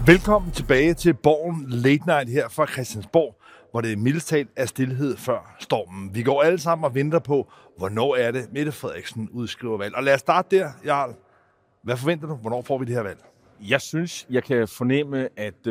Velkommen tilbage til Borgen Late Night her fra Christiansborg, hvor det mildest talt er stillhed før stormen. Vi går alle sammen og venter på, hvornår er det, Mette Frederiksen udskriver valg. Og lad os starte der, Jarl. Hvad forventer du? Hvornår får vi det her valg? Jeg synes, jeg kan fornemme, at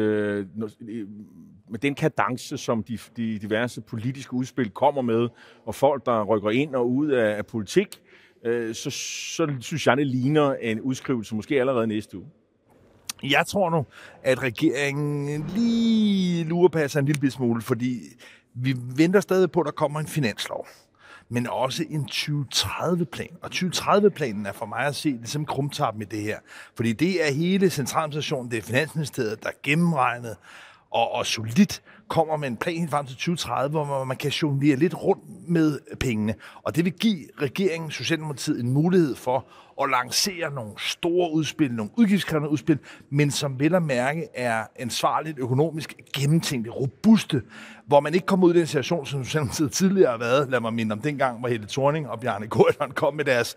med den kadence, som de diverse politiske udspil kommer med, og folk, der rykker ind og ud af politik, så synes jeg, det ligner en udskrivelse måske allerede næste uge. Jeg tror nu, at regeringen lige lurepasser en lille smule, fordi vi venter stadig på, at der kommer en finanslov, men også en 2030-plan. Og 2030-planen er for mig at se ligesom krumtappen i det her, fordi det er hele centraladministrationen, det er Finansministeriet, der er gennemregnet og solidt kommer med en plan helt frem til 2030, hvor man kan jonglere lidt rundt med pengene. Og det vil give regeringen, Socialdemokratiet, en mulighed for at lancere nogle store udspil, nogle udgiftskrævende udspil, men som vel at mærke er ansvarligt, økonomisk gennemtænkte, robuste, hvor man ikke kommer ud i den situation, som Socialdemokratiet tidligere har været. Lad mig minde om dengang, hvor Helle Thorning og Bjarne Corydon kom med deres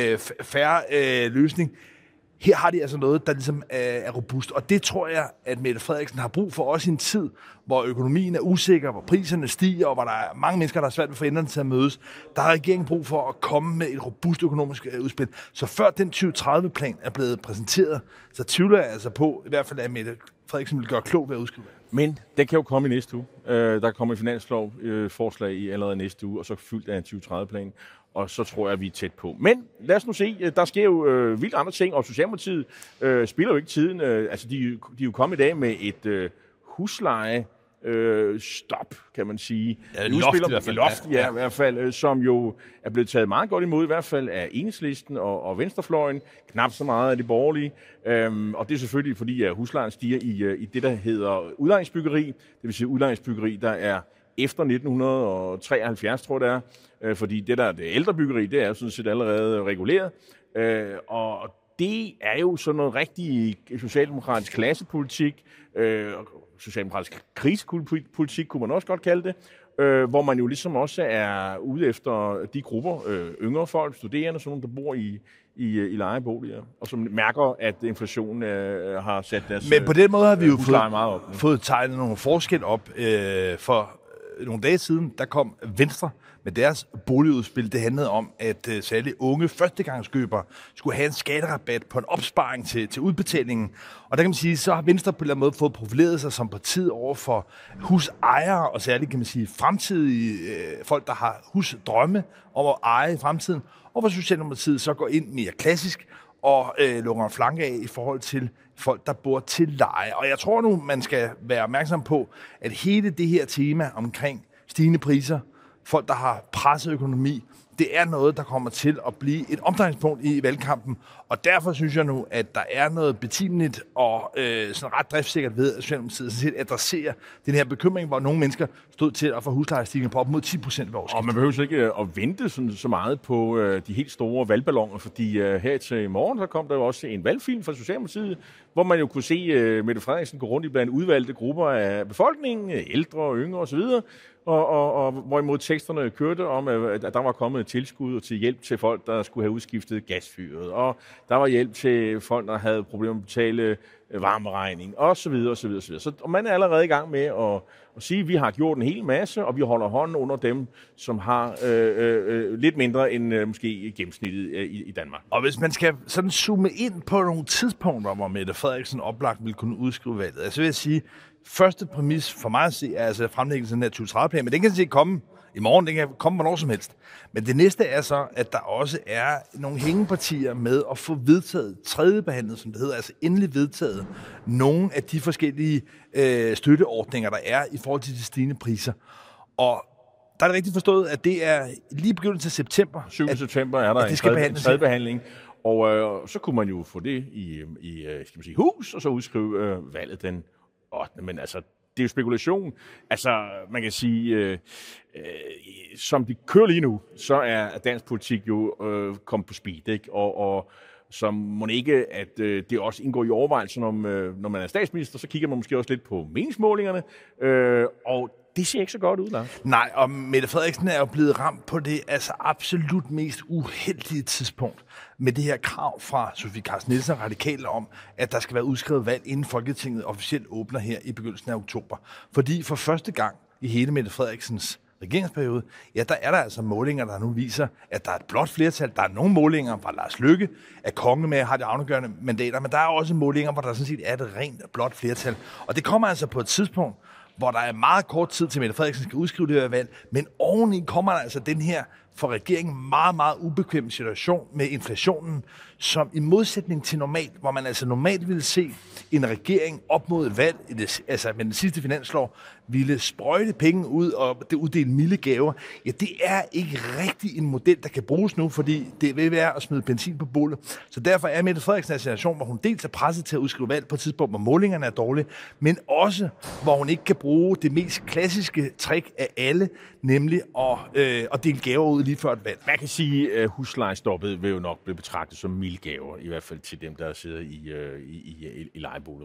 færre løsning. Her har de altså noget, der ligesom er robust, og det tror jeg, at Mette Frederiksen har brug for også i en tid, hvor økonomien er usikker, hvor priserne stiger, og hvor der er mange mennesker, der er svært ved at få enderne til at mødes. Der har regeringen brug for at komme med et robust økonomisk udspil. Så før den 2030-plan er blevet præsenteret, så tvivler jeg altså på, i hvert fald at Mette Frederiksen vil gøre klogt ved at udskrive. Men det kan jo komme i næste uge. Der kommer et finanslovforslag i allerede næste uge, og så fyldt af en 2030-plan. Og så tror jeg, at vi er tæt på. Men lad os nu se, der sker jo vildt andre ting, og Socialdemokratiet spiller jo ikke tiden. Altså, de er jo kommet i dag med et husleje stop, kan man sige. Ja, loft i hvert fald. Loft, ja, i hvert fald, som jo er blevet taget meget godt imod, i hvert fald af Enhedslisten og Venstrefløjen, knap så meget af de borgerlige. Og det er selvfølgelig, fordi at huslejen stiger i det, der hedder udlejningsbyggeri. Det vil sige udlejningsbyggeri, der er efter 1973, tror jeg det er. Fordi det der det ældre byggeri, det er jo sådan set allerede reguleret. Og det er jo sådan noget rigtig socialdemokratisk klassepolitik, socialdemokratisk krisepolitik, kunne man også godt kalde det, hvor man jo ligesom også er ude efter de grupper, yngre folk, studerende, sådan nogle, der bor i lejeboliger, og som mærker, at inflationen har sat deres Men på den måde har vi jo fået tegnet nogle forskel op. For nogle dage siden, der kom Venstre med deres boligudspil. Det handlede om, at særligt unge førstegangskøbere skulle have en skatterabat på en opsparing til udbetalingen. Og der kan man sige, så har Venstre på en eller anden måde fået profileret sig som partiet over for husejere, og særligt kan man sige fremtidige folk, der har husdrømme om at eje i fremtiden, og hvor Socialdemokratiet så går ind mere klassisk og lukker en flanke af i forhold til folk, der bor til leje. Og jeg tror nu, man skal være opmærksom på, at hele det her tema omkring stigende priser, folk, der har presset økonomi, det er noget, der kommer til at blive et omdrejningspunkt i valgkampen. Og derfor synes jeg nu, at der er noget betimeligt og sådan ret driftsikkert ved, at Socialdemokratiet adresserer den her bekymring, hvor nogle mennesker stod til at få huslejestigninger på op mod 10% ved årsskiftet. Og man behøver ikke at vente så meget på de helt store valgballoner, fordi her til morgen, så kom der jo også en valgfilm fra Socialdemokratiet, hvor man jo kunne se Mette Frederiksen gå rundt i blandt udvalgte grupper af befolkningen, ældre og yngre osv., og hvorimod teksterne kørte om, at der var kommet et tilskud til hjælp til folk, der skulle have udskiftet gasfyret, og der var hjælp til folk, der havde problemer med at betale varmeregning, osv. osv. Så man er allerede i gang med at sige, at vi har gjort en hel masse, og vi holder hånden under dem, som har lidt mindre end måske gennemsnittet i Danmark. Og hvis man skal sådan zoome ind på nogle tidspunkter, hvor Mette Frederiksen oplagt vil kunne udskrive valget, så vil jeg sige, første præmis for mig at se er altså fremlæggelsen af 2030-plan, men den kan se komme i morgen, den kan komme hvornår som helst. Men det næste er så, at der også er nogle hængepartier med at få vedtaget, tredjebehandlet, som det hedder, altså endelig vedtaget, nogle af de forskellige støtteordninger, der er i forhold til de stigende priser. Og der er det rigtigt forstået, at det er lige begyndelsen til september. 7. september er der en tredje behandling. Og så kunne man jo få det i skal man sige, hus, og så udskrive valget den 8. Men altså, det er jo spekulation. Altså, man kan sige, som de kører lige nu, så er dansk politik jo kommet på speed, ikke? Og som må ikke, at det også indgår i overvejelsen, når man er statsminister, så kigger man måske også lidt på meningsmålingerne. Og Det ser ikke så godt ud, Lars. Nej, og Mette Frederiksen er jo blevet ramt på det absolut mest uheldige tidspunkt med det her krav fra Sofie Carsten Nielsen og Radikale om, at der skal være udskrevet valg, inden Folketinget officielt åbner her i begyndelsen af oktober. Fordi for første gang i hele Mette Frederiksens regeringsperiode, ja, der er der altså målinger, der nu viser, at der er et blåt flertal. Der er nogle målinger, hvor Lars Løkke er konge med at have de afgørende mandater, men der er også målinger, hvor der sådan set er et rent blåt flertal. Og det kommer altså på et tidspunkt, hvor der er meget kort tid til Mette Frederiksen skal udskrive det her valg, men oveni kommer der altså den her for regeringen meget, meget ubekvem situation med inflationen, som i modsætning til normalt, hvor man altså normalt ville se en regering op mod et valg, altså med den sidste finanslov, ville sprøjte penge ud og uddele milde gaver. Ja, det er ikke rigtig en model, der kan bruges nu, fordi det vil være at smide benzin på bålet. Så derfor er Mette Frederiksen i en situation, hvor hun dels er presset til at udskrive valg på et tidspunkt, hvor målingerne er dårlige, men også, hvor hun ikke kan bruge det mest klassiske trick af alle, nemlig at dele gaver ud lige før et valg. Man kan sige, at huslejestoppet vil jo nok blive betragtet som milde gaver, i hvert fald til dem, der sidder i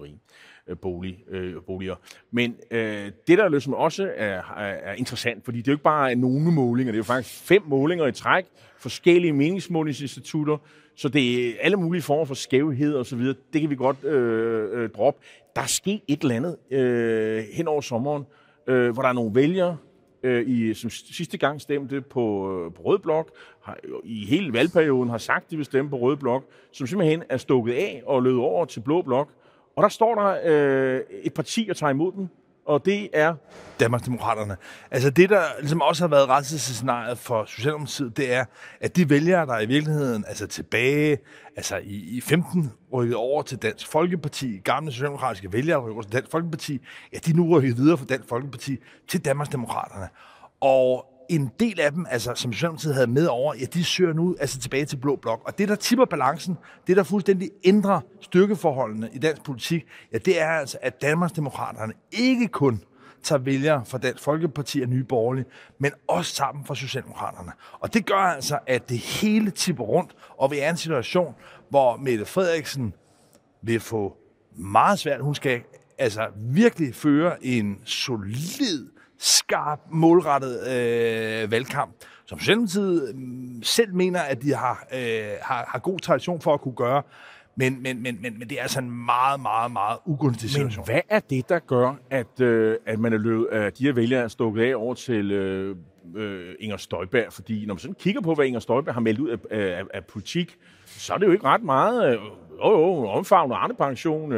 lejeboliger. Men det, der ligesom også er interessant, fordi det er jo ikke bare nogle målinger, det er jo faktisk 5 målinger i træk, forskellige meningsmålingsinstitutter, så det er alle mulige former for skævhed og så videre. Det kan vi godt droppe. Der er sket et eller andet hen over sommeren, hvor der er nogle vælgere, som sidste gang stemte på Rød Blok, i hele valgperioden har sagt, at de vil stemme på Rød Blok, som simpelthen er stukket af og løbet over til Blå Blok. Og der står der et parti og tager imod dem, og det er Danmarksdemokraterne. Altså det, der ligesom også har været rædselsscenariet for Socialdemokratiet, det er, at de vælgere, der i virkeligheden tilbage, i 15 rykket over til Dansk Folkeparti, gamle socialdemokratiske vælgere rykker over til Dansk Folkeparti, ja, de nu rykket videre fra Dansk Folkeparti til Danmarksdemokraterne. Og en del af dem, som Socialdemokratiet havde med over, ja, de søger nu tilbage til Blå Blok. Og det, der tipper balancen, det, der fuldstændig ændrer styrkeforholdene i dansk politik, ja, det er altså, at Danmarksdemokraterne ikke kun tager vælgere fra Dansk Folkeparti og Nye Borgerlige, men også sammen fra Socialdemokraterne. Og det gør altså, at det hele tipper rundt, og vi er i en situation, hvor Mette Frederiksen vil få meget svært. Hun skal virkelig føre en solid, skarp, målrettet valgkamp, som Socialdemokratiet selv mener, at de har god tradition for at kunne gøre. Men det er altså en meget, meget, meget ugunstig situation. Men hvad er det, der gør, at man er løbet af de her vælgere stukket af over til Inger Støjberg? Fordi når man sådan kigger på, hvad Inger Støjberg har meldt ud af politik, så er det jo ikke ret meget. Omfavnet Arne-pension.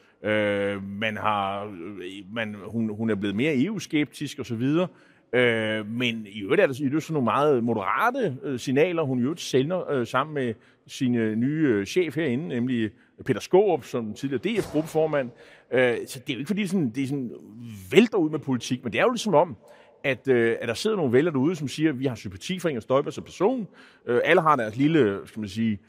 Hun er blevet mere EU-skeptisk og så videre. Men i øvrigt er det sådan nogle meget moderate signaler, hun i øvrigt sender sammen med sin nye chef herinde, nemlig Peter Skaarup, som tidligere DF-gruppeformand. Så det er jo ikke fordi, det er sådan vælter ud med politik, men det er jo ligesom om, at der sidder nogle vælgere derude, som siger, at vi har sympati for Inger Støjberg som person. Alle har deres lille, skal man sige,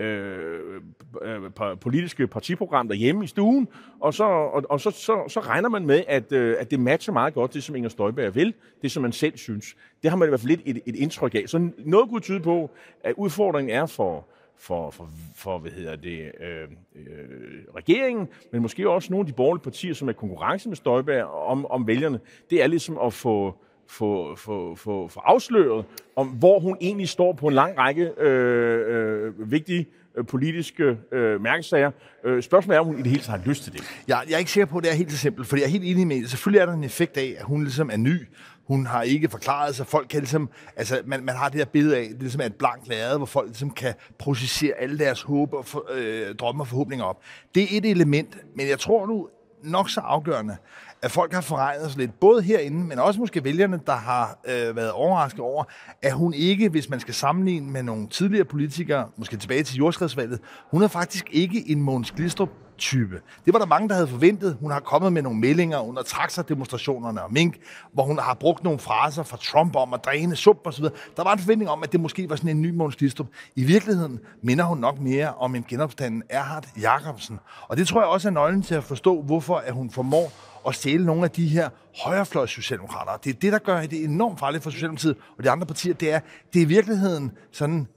politiske partiprogram derhjemme i stuen, og så regner man med, at det matcher meget godt det, som Inger Støjberg vil, det, som man selv synes. Det har man i hvert fald lidt et indtryk af. Så noget kunne tyde på, at udfordringen er for regeringen, men måske også nogle af de borgerlige partier, som er konkurrence med Støjberg om vælgerne. Det er ligesom at få afsløret, om hvor hun egentlig står på en lang række vigtige politiske mærkesager. Spørgsmålet er, om hun i det hele taget har lyst til det. Jeg er ikke sikker på, at det er helt så simpelt, fordi jeg er helt enig med det. Selvfølgelig er der en effekt af, at hun ligesom er ny. Hun har ikke forklaret sig. Folk kan ligesom, man har det her billede af, det ligesom er et blankt lærred, hvor folk ligesom kan processere alle deres håb og drømme og forhåbninger op. Det er et element, men jeg tror nu nok så afgørende, at folk har forregnet sig lidt, både herinde, men også måske vælgerne, der har været overrasket over, at hun ikke, hvis man skal sammenligne med nogle tidligere politikere, måske tilbage til jordskredsvalget, hun er faktisk ikke en Mogens Glistrup-type. Det var der mange, der havde forventet. Hun har kommet med nogle meldinger under traktordemonstrationerne og mink, hvor hun har brugt nogle fraser fra Trump om at dræne sump og så videre. Der var en forventning om, at det måske var sådan en ny Mogens Glistrup. I virkeligheden minder hun nok mere om en genopstanden Erhard Jacobsen. Og det tror jeg også er nøglen til at forstå, hvorfor at hun formår at stjæle nogle af de her højrefløjs socialdemokrater. Det er det, der gør det enormt farligt for Socialdemokratiet og de andre partier. Det er i virkeligheden sådan,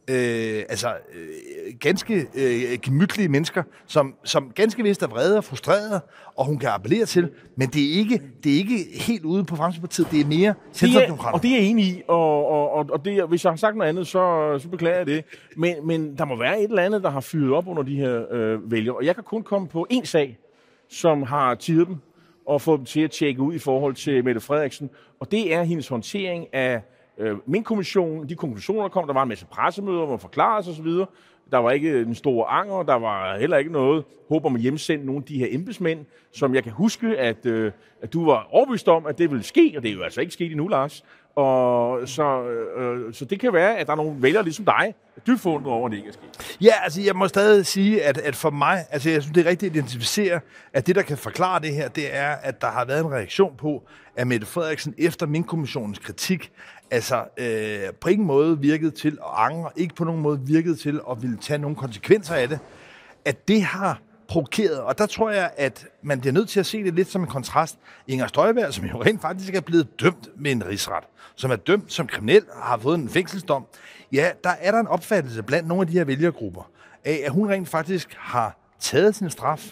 ganske gemytlige mennesker, som ganske vist er vrede og frustrerede, og hun kan appellere til, men det er ikke helt ude på Fremskridtspartiet. Det er mere centrumdemokrater. Og det er jeg enig i, og det, hvis jeg har sagt noget andet, så beklager jeg det. Men der må være et eller andet, der har fyret op under de her vælgere. Og jeg kan kun komme på en sag, som har tidet dem og fået dem til at tjekke ud i forhold til Mette Frederiksen. Og det er hendes håndtering af Mink-kommissionen. De konklusioner, der kom, der var en masse pressemøder, hvor forklares osv. Der var ikke den store anger, der var heller ikke noget håb om at hjemsende nogle af de her embedsmænd, som jeg kan huske, at du var overbevist om, at det ville ske, og det er jo altså ikke sket endnu, Lars. Og så det kan være, at der er nogle vælgere ligesom dig, dybt forundret over, at det ikke er sket. Ja, altså jeg må stadig sige, at for mig, altså jeg synes, det er rigtigt at identificere, at det, der kan forklare det her, det er, at der har været en reaktion på, at Mette Frederiksen efter Mink-kommissionens kritik, altså på ingen måde virkede til at angre, ikke på nogen måde virkede til at ville tage nogle konsekvenser af det, at det har provokeret, og der tror jeg, at man bliver nødt til at se det lidt som en kontrast. Inger Støjberg, som jo rent faktisk er blevet dømt med en rigsret, som er dømt som kriminel og har fået en fængselsdom, ja, der er der en opfattelse blandt nogle af de her vælgergrupper af, at hun rent faktisk har taget sin straf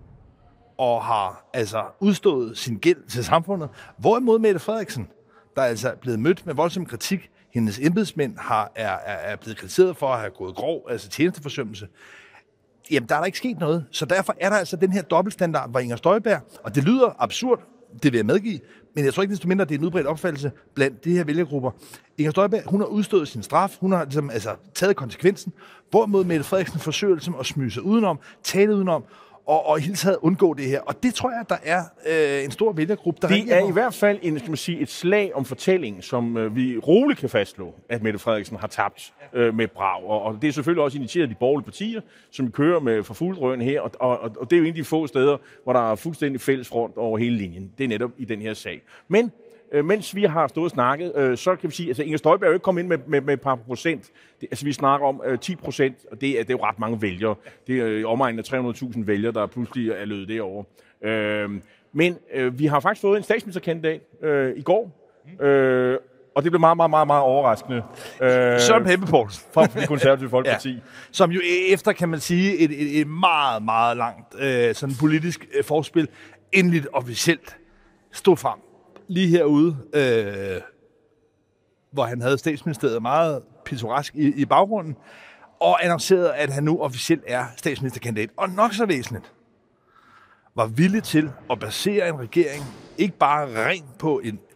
og har altså udstået sin gæld til samfundet. Hvorimod Mette Frederiksen, der er altså blevet mødt med voldsom kritik, hendes embedsmænd er blevet kritiseret for at have gået grov, altså tjenesteforsømmelse. Jamen, der er der ikke sket noget. Så derfor er der altså den her dobbeltstandard, hvor Inger Støjberg, og det lyder absurd, det vil jeg medgive, men jeg tror ikke desto mindre, at det er en udbredt opfattelse blandt de her vælgergrupper. Inger Støjberg, hun har udstået sin straf, hun har ligesom, taget konsekvensen, hvorimod Mette Frederiksen forsøger ligesom at smyge sig udenom, tale udenom, og i hele taget undgå det her. Og det tror jeg, der er en stor vælgergruppe, der det er i hvert fald et slag om fortællingen, som vi roligt kan fastslå, at Mette Frederiksen har tabt med brag. Og det er selvfølgelig også initieret de borgerlige partier, som kører med for fuldt drøn her. Og det er jo en af de få steder, hvor der er fuldstændig fælles front over hele linjen. Det er netop i den her sag. Men mens vi har stået og snakket, så kan vi sige, at Inger Støjberg er jo ikke kommet ind med et par procent. Vi snakker om 10%, og det er jo ret mange vælgere. Det er i omegnen af 300.000 vælgere, der pludselig er løbet derovre. Men vi har faktisk fået en statsministerkandidat i går, og det blev meget, meget, meget, meget overraskende. Søren Pape Poulsen fra Det Konservative Folkeparti. Ja. Som jo efter, kan man sige, et meget, meget langt sådan politisk forspil, endeligt officielt stod frem. Lige herude, hvor han havde statsministeriet meget pittoresk i baggrunden, og annoncerede, at han nu officielt er statsministerkandidat. Og nok så væsentligt, var villig til at basere en regering, ikke bare rent på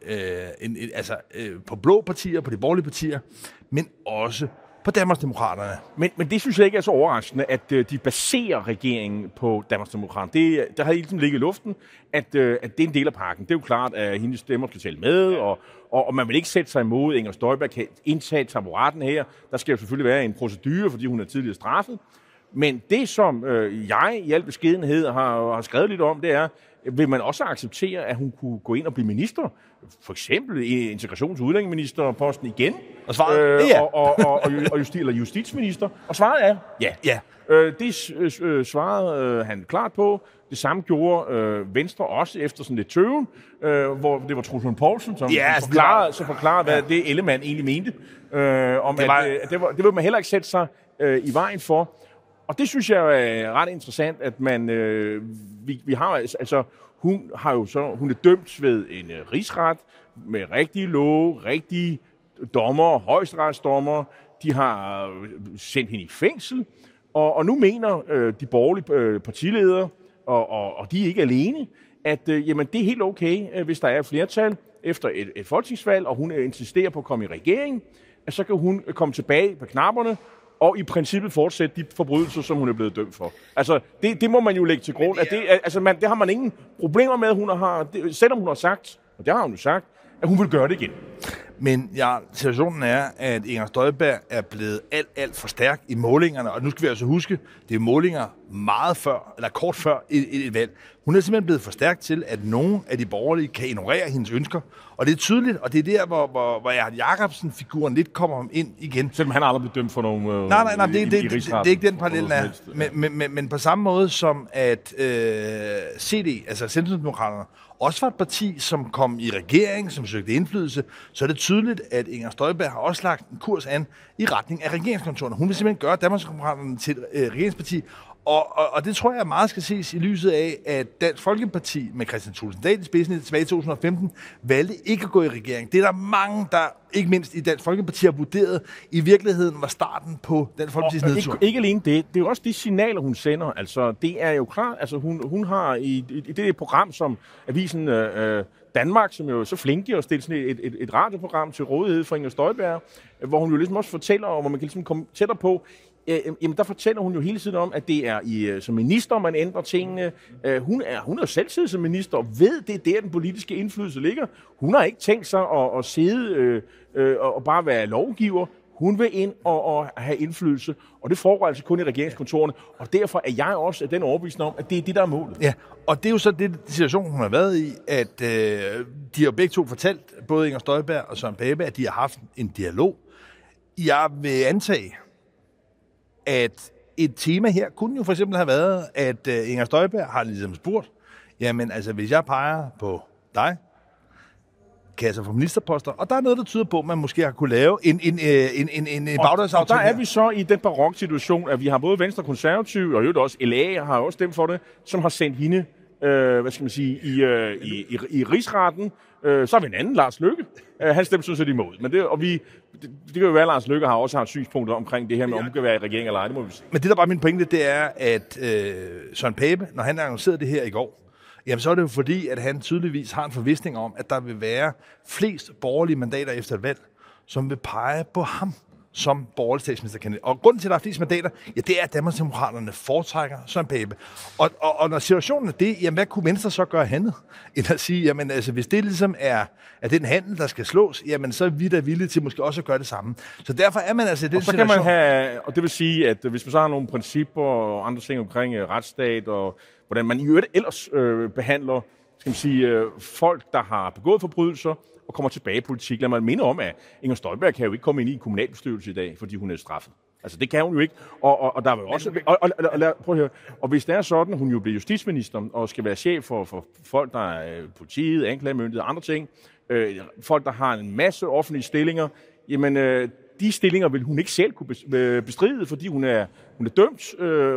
på blå partier, på de borgerlige partier, men også på Danmarksdemokraterne. Men det synes jeg ikke er så overraskende, at de baserer regeringen på Danmarksdemokraterne. Der har ligesom ligget i luften, at det er en del af pakken. Det er jo klart, at hendes stemmer skal tælle med, og man vil ikke sætte sig imod, Inger Støjberg kan indtage taburetten her. Der skal jo selvfølgelig være en procedure, fordi hun er tidligere straffet. Men det, som jeg i al beskedenhed har skrevet lidt om, det er, vil man også acceptere, at hun kunne gå ind og blive minister? For eksempel integrations- og udlændingeministerposten igen? Og svaret ja. Og justitsminister? Og svaret er ja. Det svarede han klart på. Det samme gjorde Venstre også efter sådan lidt tøven, hvor det var Troels Lund Poulsen, som forklarede, hvad det Ellemann egentlig mente. Det vil man heller ikke sætte sig i vejen for. Og det synes jeg er ret interessant, at man vi har altså hun er dømt ved en rigsret med rigtige love, rigtige dommer, højesteretsdommer. De har sendt hende i fængsel, og nu mener de borgerlige partiledere, og de er ikke alene, at jamen, det er helt okay, hvis der er flertal efter et folketingsvalg, og hun insisterer på at komme i regering, at så kan hun komme tilbage på knapperne, og i princippet fortsætte de forbrydelser, som hun er blevet dømt for. Altså, det må man jo lægge til grund. At det har man ingen problemer med, selvom hun har sagt, og det har hun jo sagt, at hun vil gøre det igen. Men ja, situationen er, at Inger Støjberg er blevet alt for stærk i målingerne, og nu skal vi altså huske, det er målinger meget før, eller kort før et valg. Hun er simpelthen blevet for stærk til, at nogle af de borgerlige kan ignorere hendes ønsker. Og det er tydeligt, og det er der, hvor Erhard Jacobsen-figuren lidt kommer ind igen. Selvom han aldrig blev dømt for nogle Nej, det er ikke den parallel, der er. Men på samme måde som at CD, altså Centrumsdemokraterne, også var et parti, som kom i regering, som søgte indflydelse, så er det tydeligt, at Inger Støjberg har også lagt en kurs an i retning af regeringskontorerne. Hun vil simpelthen gøre Danmarksdemokraterne til et regeringsparti, og det tror jeg meget skal ses i lyset af, at Dansk Folkeparti med Kristian Thulesen Dahl i spidsen tilbage i 2015 valgte ikke at gå i regering. Det er der mange, der ikke mindst i Dansk Folkeparti har vurderet, i virkeligheden var starten på Dansk Folkepartis nedtur. Ikke alene det. Det er jo også de signaler, hun sender. Altså, det er jo klart, altså hun har i det program, som avisen Danmark, som jo er så flinke at stille sådan et radioprogram til rådighed for Inger Støjberg, hvor hun jo ligesom også fortæller, og hvor man kan ligesom komme tættere på, jamen der fortæller hun jo hele tiden om, at det er som minister, man ændrer tingene. Hun er jo selv siddet som minister og ved, det er der, den politiske indflydelse ligger. Hun har ikke tænkt sig at sidde og bare være lovgiver. Hun vil ind og have indflydelse, og det foregår altså kun i regeringskontorerne. Og derfor er jeg også af den overbevisning om, at det er det, der er målet. Ja, og det er jo så det situation, hun har været i, at de har begge to fortalt, både Inger Støjberg og Søren Pape, at de har haft en dialog. Jeg vil antage, at et tema her kunne jo for eksempel have været, at Inger Støjberg har ligesom spurgt, jamen altså, hvis jeg peger på dig, kan jeg så få ministerposter? Og der er noget, der tyder på, at man måske har kunne lave en bagdørsaftale. Og der er vi så i den barok situation, at vi har både Venstre og Konservative, og jo også LA har også stemt for det, som har sendt hende, i rigsretten. Så har vi en anden, Lars Løkke. Han stemte sådan set imod. Men det kan jo være, at Lars Løkke har også haft synspunkter omkring det her med, om det kan være i regering eller ej. Det må vi se. Men det, der bare min pointe, det er, at Søren Pape, når han annoncerede det her i går, jamen så er det jo fordi, at han tydeligvis har en forvisning om, at der vil være flest borgerlige mandater efter et valg, som vil pege på ham som borgerlig statsministerkandidat. Og grunden til, at der er flest mandater, ja, det er, at Danmarksdemokraterne foretrækker Søren Pape. Og når situationen er det, jamen hvad kunne Venstre så gøre andet? End at sige, jamen altså, hvis det ligesom er den handel, der skal slås, jamen så er vi da villige til måske også at gøre det samme. Så derfor er man altså i den situation. Kan man have, og det vil sige, at hvis man så har nogle principper og andre ting omkring retsstat, og hvordan man i øvrigt ellers behandler, skal man sige, folk, der har begået forbrydelser, og kommer tilbage i politik. Lad mig minde om, at Inger Støjberg kan jo ikke komme ind i en kommunalbestyrelse i dag, fordi hun er straffet. Altså, det kan hun jo ikke. Og der er jo også... Prøv at høre. Og hvis det er sådan, hun jo bliver justitsminister, og skal være chef for folk, der er politiet, anklagemyndighed og andre ting, folk, der har en masse offentlige stillinger, jamen, de stillinger vil hun ikke selv kunne bestride, fordi hun er dømt,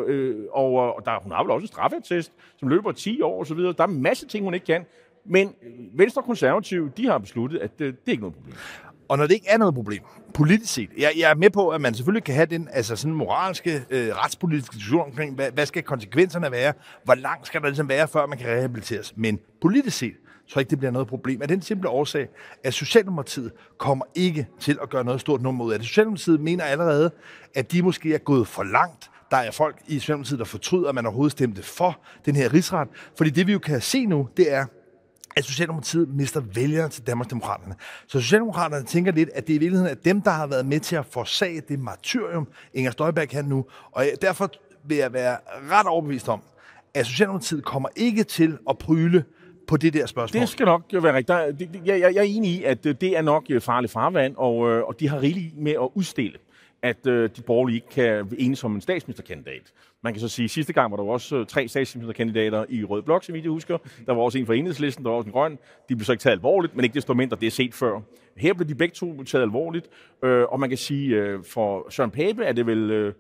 og hun har vel også en straffeattest, som løber 10 år osv. Der er en masse ting, hun ikke kan. Men Venstre og Konservative, de har besluttet, at det er ikke noget problem. Og når det ikke er noget problem, politisk set, jeg er med på, at man selvfølgelig kan have den altså sådan moralske, retspolitiske diskussion omkring, hvad skal konsekvenserne være, hvor langt skal der ligesom være, før man kan rehabiliteres. Men politisk set, tror jeg ikke, det bliver noget problem. Af den simple årsag, at Socialdemokratiet kommer ikke til at gøre noget stort nummer ud af det. Socialdemokratiet mener allerede, at de måske er gået for langt. Der er folk i Socialdemokratiet, der fortryder, at man overhovedet stemte for den her rigsret. Fordi det, vi jo kan se nu, det er, at Socialdemokratiet mister vælgere til Danmarksdemokraterne. Så Socialdemokraterne tænker lidt, at det i virkeligheden er dem, der har været med til at forsage det martyrium, Inger Støjberg kan nu. Og derfor vil jeg være ret overbevist om, at Socialdemokratiet kommer ikke til at pryle på det der spørgsmål. Det skal nok være rigtigt. Jeg er enig i, at det er nok farligt farvand, og de har rigeligt med at udstille, at de borgerlige ikke kan enes om en statsministerkandidat. Man kan så sige, at sidste gang var der også 3 statsministerkandidater i Rød Blok, som I husker. Der var også en fra Enhedslisten, der var også en grøn. De blev så ikke taget alvorligt, men ikke desto mindre, det er set før. Her blev de begge to taget alvorligt, og man kan sige, for Søren Pape er det vel...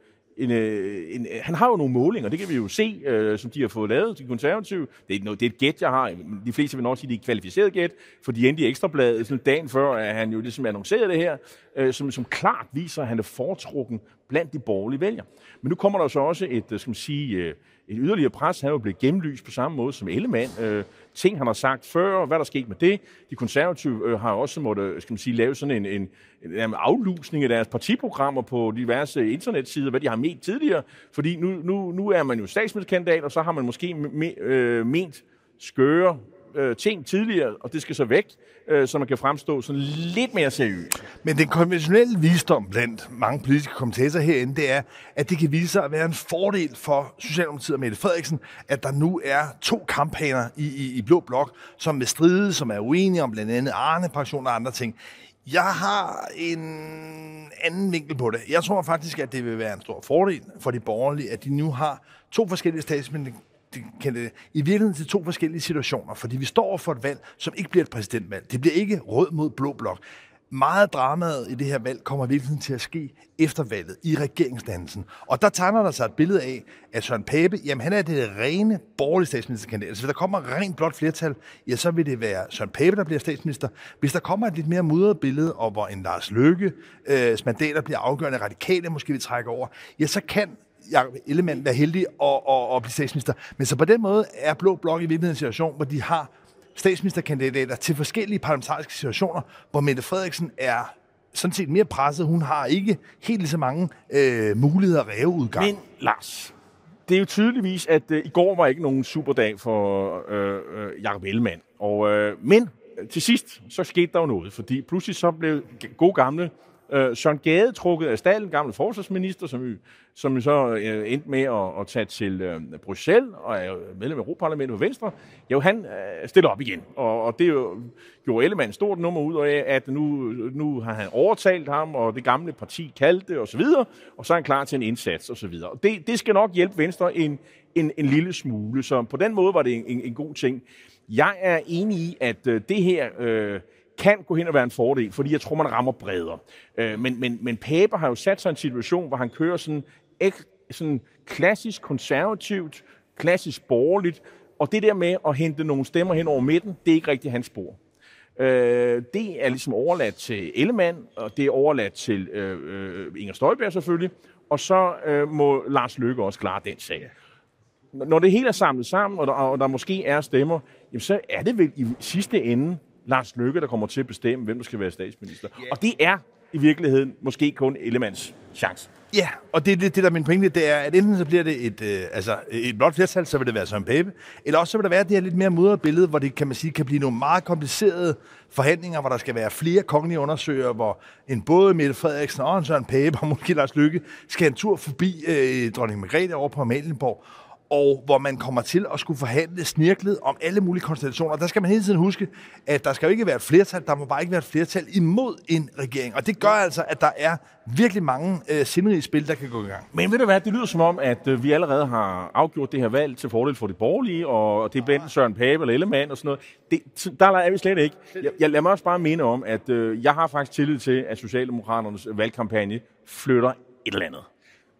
han har jo nogle målinger, det kan vi jo se, som de har fået lavet, de konservative. Det er et gæt, jeg har. De fleste vil nok sige, det er et kvalificeret gæt, for de endte i Ekstrabladet sådan dagen før, at han jo ligesom annoncerede det her, som klart viser, at han er foretrukken blandt de borgerlige vælgere. Men nu kommer der så også et yderligere pres. Han er jo blevet gennemlyst på samme måde som Ellemann. Ting, han har sagt før, hvad der skete med det. De konservative har også måttet, lave sådan en aflusning af deres partiprogrammer på diverse internetsider, hvad de har ment tidligere. Fordi nu er man jo statsministerkandidat, og så har man måske ment skøre ting tidligere, og det skal så væk, så man kan fremstå sådan lidt mere seriøs. Men den konventionelle visdom blandt mange politiske kommentatorer herinde, det er, at det kan vise sig at være en fordel for Socialdemokratiet og Mette Frederiksen, at der nu er 2 kamphaner i Blå Blok, som vil stride, som er uenige om blandt andet Arne-pension og andre ting. Jeg har en anden vinkel på det. Jeg tror faktisk, at det vil være en stor fordel for de borgerlige, at de nu har 2 forskellige statsminister i virkeligheden til 2 forskellige situationer, fordi vi står for et valg, som ikke bliver et præsidentvalg. Det bliver ikke rød mod blå blok. Meget dramaet i det her valg kommer virkelig til at ske efter valget i regeringsdannelsen. Og der tegner der sig et billede af, at Søren Pape, jamen han er det rene borgerlige statsministerkandidat. Så hvis der kommer rent blot flertal, ja, så vil det være Søren Pape, der bliver statsminister. Hvis der kommer et lidt mere mudret billede, og hvor en Lars Løkke mandater bliver afgørende, radikale måske vil trække over, ja, så kan Jakob Ellemann være heldig at blive statsminister. Men så på den måde er Blå Blok i virkeligheden en situation, hvor de har statsministerkandidater til forskellige parlamentariske situationer, hvor Mette Frederiksen er sådan set mere presset. Hun har ikke helt lige så mange muligheder at ræveudgang. Men Lars, det er jo tydeligvis, at i går var ikke nogen superdag for Jakob Ellemann. Men til sidst, så skete der jo noget, fordi pludselig så blev god gamle Søren Gade trukket af stallen, gamle forsvarsminister, som så endte med at tage til Bruxelles og er medlem af Europaparlamentet på Venstre. Jo, han stiller op igen, og det gjorde Ellemann stort nummer ud af, at nu har han overtalt ham, og det gamle parti kaldte og så videre, og så er han klar til en indsats og så videre. Og det skal nok hjælpe Venstre en lille smule, så på den måde var det en god ting. Jeg er enig i, at det her kan gå hen og være en fordel, fordi jeg tror, man rammer bredere. Men Pape har jo sat sig i en situation, hvor han kører sådan klassisk konservativt, klassisk borgerligt, og det der med at hente nogle stemmer hen over midten, det er ikke rigtig hans spor. Det er ligesom overladt til Ellemann, og det er overladt til Inger Støjberg selvfølgelig, og så må Lars Løkke også klare den sag. Når det hele er samlet sammen, og der måske er stemmer, jamen, så er det vel i sidste ende Lars Løkke, der kommer til at bestemme, hvem der skal være statsminister. Yeah. Og det er i virkeligheden måske kun Ellemanns chance. Ja, og det der er min pointe, det er, at enten så bliver det et blot flertal, så vil det være Søren Pape, eller også så vil der være det her lidt mere mudret billede, hvor det, kan man sige, kan blive nogle meget komplicerede forhandlinger, hvor der skal være flere kongelige undersøgere, hvor en både Mette Frederiksen og en Søren Pape og måske Lars Løkke skal en tur forbi dronning Margrethe over på Amalienborg, og hvor man kommer til at skulle forhandle snirklet om alle mulige konstellationer. Der skal man hele tiden huske, at der skal jo ikke være et flertal, der må bare ikke være et flertal imod en regering. Og det gør altså, at der er virkelig mange sindrige spil, der kan gå i gang. Men ved du hvad, det lyder som om, at vi allerede har afgjort det her valg til fordel for det borgerlige, og det er blandt Søren Pape eller Ellemann og sådan noget. Der er vi slet ikke. Jeg lader mig også bare minde om, at jeg har faktisk tillid til, at Socialdemokraternes valgkampagne flytter et eller andet.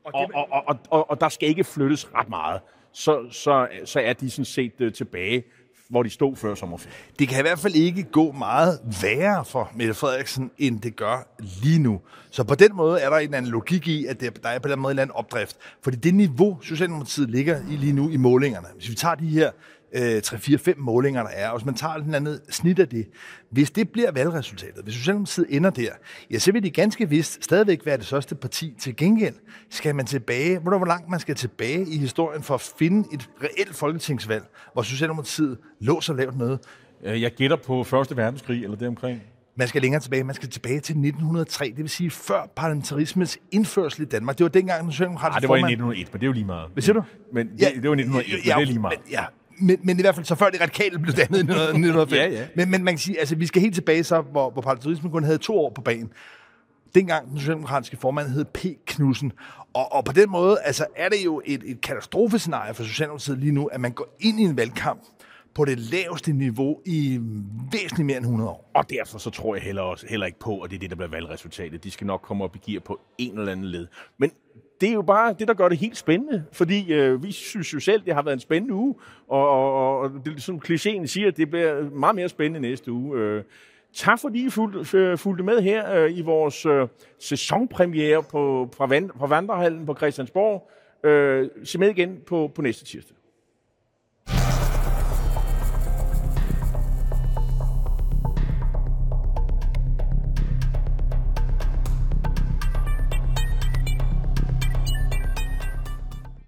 Og der skal ikke flyttes ret meget. Så er de sådan set tilbage, hvor de stod før sommerferien. Det kan i hvert fald ikke gå meget værre for Mette Frederiksen, end det gør lige nu. Så på den måde er der en eller anden logik i, at der er på den måde en eller anden opdrift. Fordi det niveau, Socialdemokratiet ligger i lige nu i målingerne, hvis vi tager de her 3-4-5 målinger, der er, og hvis man tager den andet snit af det, hvis det bliver valgresultatet, hvis Socialdemokratiet ender der, ja, så vil de ganske vist stadigvæk være det største parti. Til gengæld skal man tilbage, hvor langt man skal tilbage i historien for at finde et reelt folketingsvalg, hvor Socialdemokratiet lå så lavt nede. Jeg gætter på Første Verdenskrig, eller deromkring. Man skal længere tilbage. Man skal tilbage til 1903, det vil sige før parlamentarismens indførsel i Danmark. Det var dengang, den socialdemokratiske formand... det var i 1901, men det er jo lige meget. Hvad siger du? Men det var i 1901, men det er lige meget. Ja. Men i hvert fald så før det radikale blev dannet i 1905. Ja. Men man kan sige, altså vi skal helt tilbage så, hvor parlamentarismen kun havde 2 år på banen. Dengang den socialdemokratiske formand hed P. Knudsen. Og på den måde altså, er det jo et katastrofescenarie for Socialdemokratiet lige nu, at man går ind i en valgkamp på det laveste niveau i væsentligt mere end 100 år. Og derfor så tror jeg heller ikke på, at det er det, der bliver valgresultatet. De skal nok komme og begive på en eller anden led. Men det er jo bare det, der gør det helt spændende, fordi vi synes jo selv, det har været en spændende uge, og det, som klichéen siger, at det bliver meget mere spændende næste uge. Tak fordi I fulgte med her i vores sæsonpremiere fra Vandrehallen på Christiansborg. Se med igen på næste tirsdag.